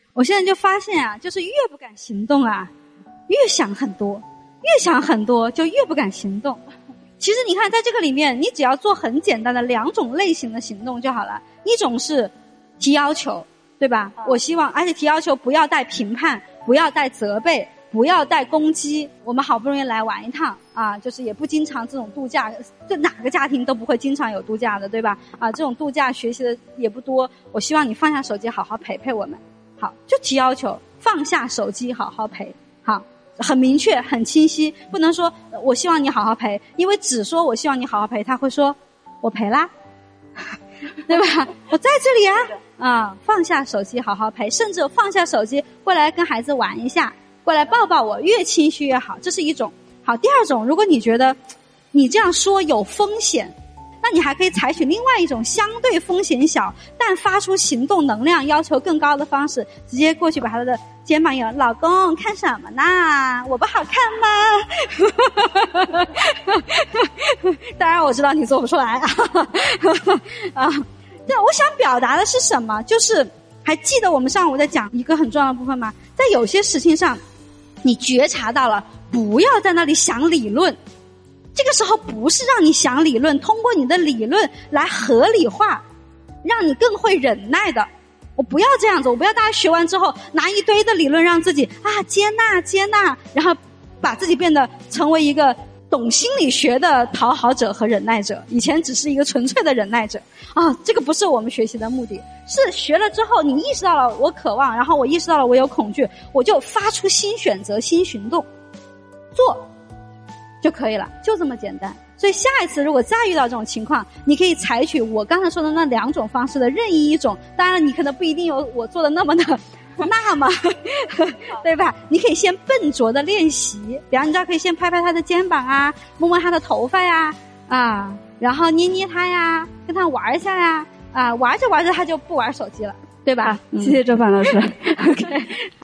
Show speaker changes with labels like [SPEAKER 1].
[SPEAKER 1] 我现在就发现啊，就是越不敢行动啊，越想很多，越想很多就越不敢行动。其实你看在这个里面，你只要做很简单的2种类型的行动就好了。一种是提要求，对吧？我希望，而且提要求不要带评判，不要带责备，不要带攻击。我们好不容易来玩一趟啊，就是也不经常这种度假，这哪个家庭都不会经常有度假的，对吧？啊，这种度假学习的也不多。我希望你放下手机，好好陪陪我们。好，就提要求，放下手机，好好陪。好，很明确，很清晰，不能说我希望你好好陪，因为只说我希望你好好陪，他会说我陪啦，对吧？我在这里啊，放下手机，好好陪，甚至放下手机过来跟孩子玩一下，过来抱抱我，越清晰越好，这是一种。好，第二种，如果你觉得你这样说有风险，那你还可以采取另外一种相对风险小但发出行动能量要求更高的方式，直接过去把他的肩膀摇，老公看什么呢？我不好看吗？当然我知道你做不出来啊。对，我想表达的是什么？就是还记得我们上午在讲一个很重要的部分吗？在有些事情上你觉察到了，不要在那里想理论。这个时候不是让你想理论，通过你的理论来合理化，让你更会忍耐的。我不要这样子，我不要大家学完之后拿一堆的理论让自己接纳，然后把自己变得成为一个懂心理学的讨好者和忍耐者，以前只是一个纯粹的忍耐者这个不是我们学习的目的。是学了之后你意识到了我渴望，然后我意识到了我有恐惧，我就发出新选择新行动做就可以了，就这么简单。所以下一次如果再遇到这种情况，你可以采取我刚才说的那2种方式的任意一种，当然你可能不一定有我做的那么的那么对吧？你可以先笨拙的练习，比方你知道可以先拍拍他的肩膀啊，摸摸他的头发呀然后捏捏他呀，跟他玩一下呀玩着玩着他就不玩手机了，对吧？
[SPEAKER 2] 谢谢周凡老师
[SPEAKER 1] OK